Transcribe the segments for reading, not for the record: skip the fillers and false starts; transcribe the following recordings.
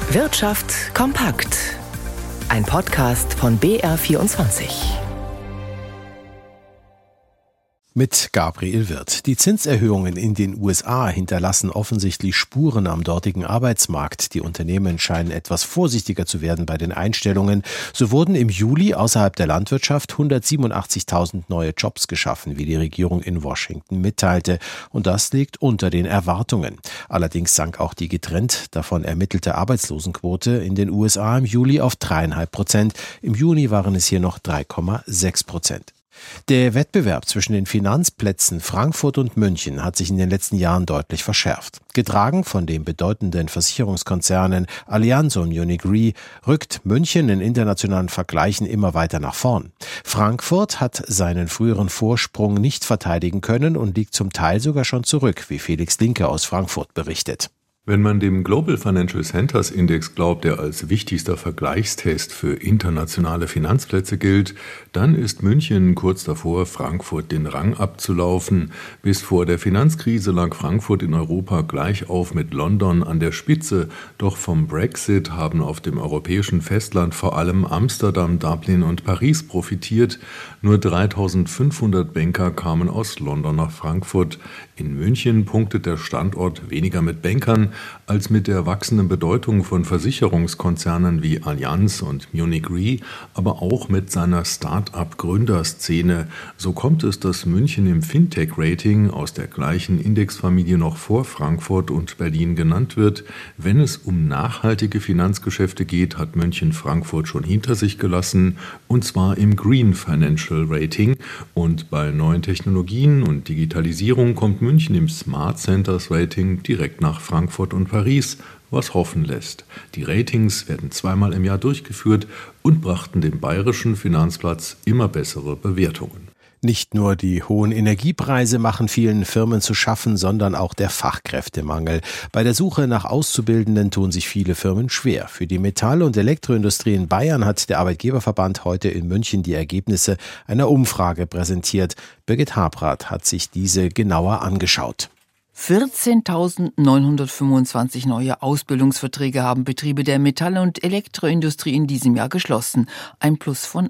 Wirtschaft kompakt. Ein Podcast von BR24. Mit Gabriel Wirth. Die Zinserhöhungen in den USA hinterlassen offensichtlich Spuren am dortigen Arbeitsmarkt. Die Unternehmen scheinen etwas vorsichtiger zu werden bei den Einstellungen. So wurden im Juli außerhalb der Landwirtschaft 187.000 neue Jobs geschaffen, wie die Regierung in Washington mitteilte. Und das liegt unter den Erwartungen. Allerdings sank auch die getrennt davon ermittelte Arbeitslosenquote in den USA im Juli auf 3,5%. Im Juni waren es hier noch 3,6%. Der Wettbewerb zwischen den Finanzplätzen Frankfurt und München hat sich in den letzten Jahren deutlich verschärft. Getragen von den bedeutenden Versicherungskonzernen Allianz und Munich Re rückt München in internationalen Vergleichen immer weiter nach vorn. Frankfurt hat seinen früheren Vorsprung nicht verteidigen können und liegt zum Teil sogar schon zurück, wie Felix Linke aus Frankfurt berichtet. Wenn man dem Global Financial Centers Index glaubt, der als wichtigster Vergleichstest für internationale Finanzplätze gilt, dann ist München kurz davor, Frankfurt den Rang abzulaufen. Bis vor der Finanzkrise lag Frankfurt in Europa gleich auf mit London an der Spitze. Doch vom Brexit haben auf dem europäischen Festland vor allem Amsterdam, Dublin und Paris profitiert. Nur 3.500 Banker kamen aus London nach Frankfurt. In München punktet der Standort weniger mit Bankern als mit der wachsenden Bedeutung von Versicherungskonzernen wie Allianz und Munich Re, aber auch mit seiner Start-up-Gründerszene. So kommt es, dass München im Fintech-Rating aus der gleichen Indexfamilie noch vor Frankfurt und Berlin genannt wird. Wenn es um nachhaltige Finanzgeschäfte geht, hat München Frankfurt schon hinter sich gelassen, und zwar im Green Financial Rating. Und bei neuen Technologien und Digitalisierung kommt München im Smart Centers Rating direkt nach Frankfurt und Paris, was hoffen lässt. Die Ratings werden zweimal im Jahr durchgeführt und brachten dem bayerischen Finanzplatz immer bessere Bewertungen. Nicht nur die hohen Energiepreise machen vielen Firmen zu schaffen, sondern auch der Fachkräftemangel. Bei der Suche nach Auszubildenden tun sich viele Firmen schwer. Für die Metall- und Elektroindustrie in Bayern hat der Arbeitgeberverband heute in München die Ergebnisse einer Umfrage präsentiert. Birgit Habrath hat sich diese genauer angeschaut. 14.925 neue Ausbildungsverträge haben Betriebe der Metall- und Elektroindustrie in diesem Jahr geschlossen. Ein Plus von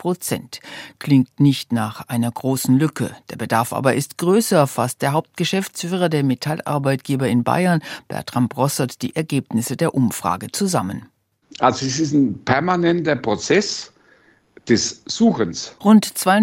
8%. Klingt nicht nach einer großen Lücke. Der Bedarf aber ist größer, fasst der Hauptgeschäftsführer der Metallarbeitgeber in Bayern, Bertram Brossert, die Ergebnisse der Umfrage zusammen. Also es ist ein permanenter Prozess des Suchens. Rund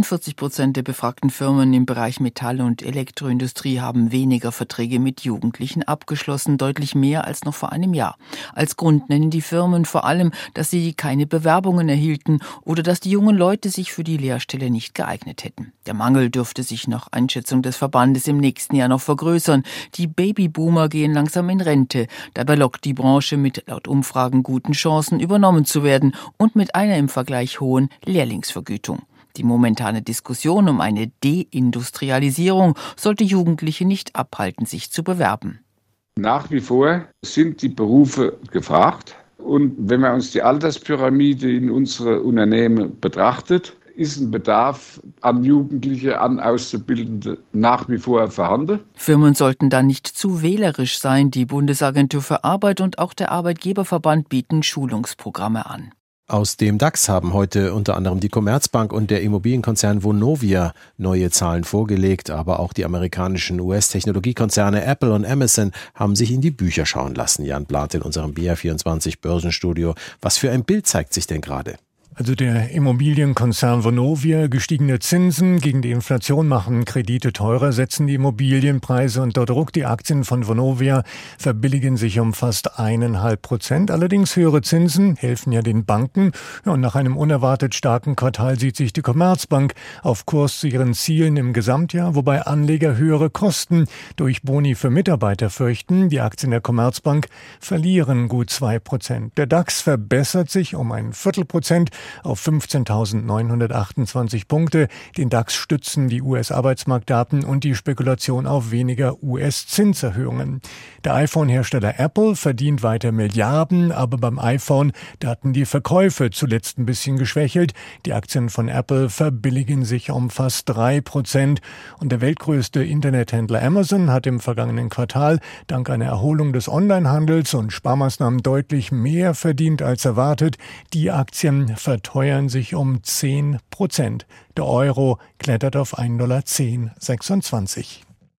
42% der befragten Firmen im Bereich Metall- und Elektroindustrie haben weniger Verträge mit Jugendlichen abgeschlossen, deutlich mehr als noch vor einem Jahr. Als Grund nennen die Firmen vor allem, dass sie keine Bewerbungen erhielten oder dass die jungen Leute sich für die Lehrstelle nicht geeignet hätten. Der Mangel dürfte sich nach Einschätzung des Verbandes im nächsten Jahr noch vergrößern. Die Babyboomer gehen langsam in Rente. Dabei lockt die Branche mit laut Umfragen guten Chancen, übernommen zu werden und mit einer im Vergleich hohen Lehrlingsvergütung. Die momentane Diskussion um eine Deindustrialisierung sollte Jugendliche nicht abhalten, sich zu bewerben. Nach wie vor sind die Berufe gefragt. Und wenn man uns die Alterspyramide in unsere Unternehmen betrachtet, ist ein Bedarf an Jugendliche, an Auszubildende nach wie vor vorhanden. Firmen sollten da nicht zu wählerisch sein. Die Bundesagentur für Arbeit und auch der Arbeitgeberverband bieten Schulungsprogramme an. Aus dem DAX haben heute unter anderem die Commerzbank und der Immobilienkonzern Vonovia neue Zahlen vorgelegt, aber auch die amerikanischen US-Technologiekonzerne Apple und Amazon haben sich in die Bücher schauen lassen. Jan Blatt in unserem BR24 Börsenstudio. Was für ein Bild zeigt sich denn gerade? Also der Immobilienkonzern Vonovia, gestiegene Zinsen gegen die Inflation machen Kredite teurer, setzen die Immobilienpreise unter Druck. Die Aktien von Vonovia verbilligen sich um fast 1,5%. Allerdings höhere Zinsen helfen ja den Banken. Ja, und nach einem unerwartet starken Quartal sieht sich die Commerzbank auf Kurs zu ihren Zielen im Gesamtjahr, wobei Anleger höhere Kosten durch Boni für Mitarbeiter fürchten. Die Aktien der Commerzbank verlieren gut 2%. Der DAX verbessert sich um 0,25%. auf 15.928 Punkte. Den DAX stützen die US-Arbeitsmarktdaten und die Spekulation auf weniger US-Zinserhöhungen. Der iPhone-Hersteller Apple verdient weiter Milliarden, aber beim iPhone, da hatten die Verkäufe zuletzt ein bisschen geschwächelt. Die Aktien von Apple verbilligen sich um fast 3%. Und der weltgrößte Internethändler Amazon hat im vergangenen Quartal dank einer Erholung des Onlinehandels und Sparmaßnahmen deutlich mehr verdient als erwartet. Die Aktien verteuern sich um 10%. Der Euro klettert auf $1,1026.